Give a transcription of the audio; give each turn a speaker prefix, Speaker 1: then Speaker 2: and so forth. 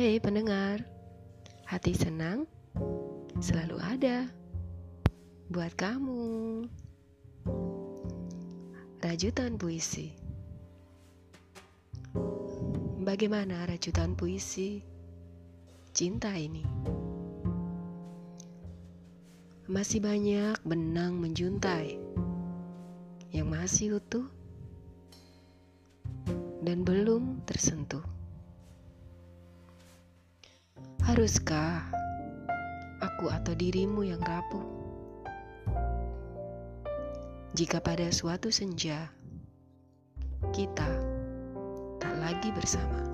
Speaker 1: Hai pendengar, hati senang selalu ada buat kamu. Rajutan puisi. Bagaimana rajutan puisi cinta ini? Masih banyak benang menjuntai yang masih utuh dan belum tersentuh. Haruskah aku atau dirimu yang rapuh? Jika pada suatu senja kita tak lagi bersama.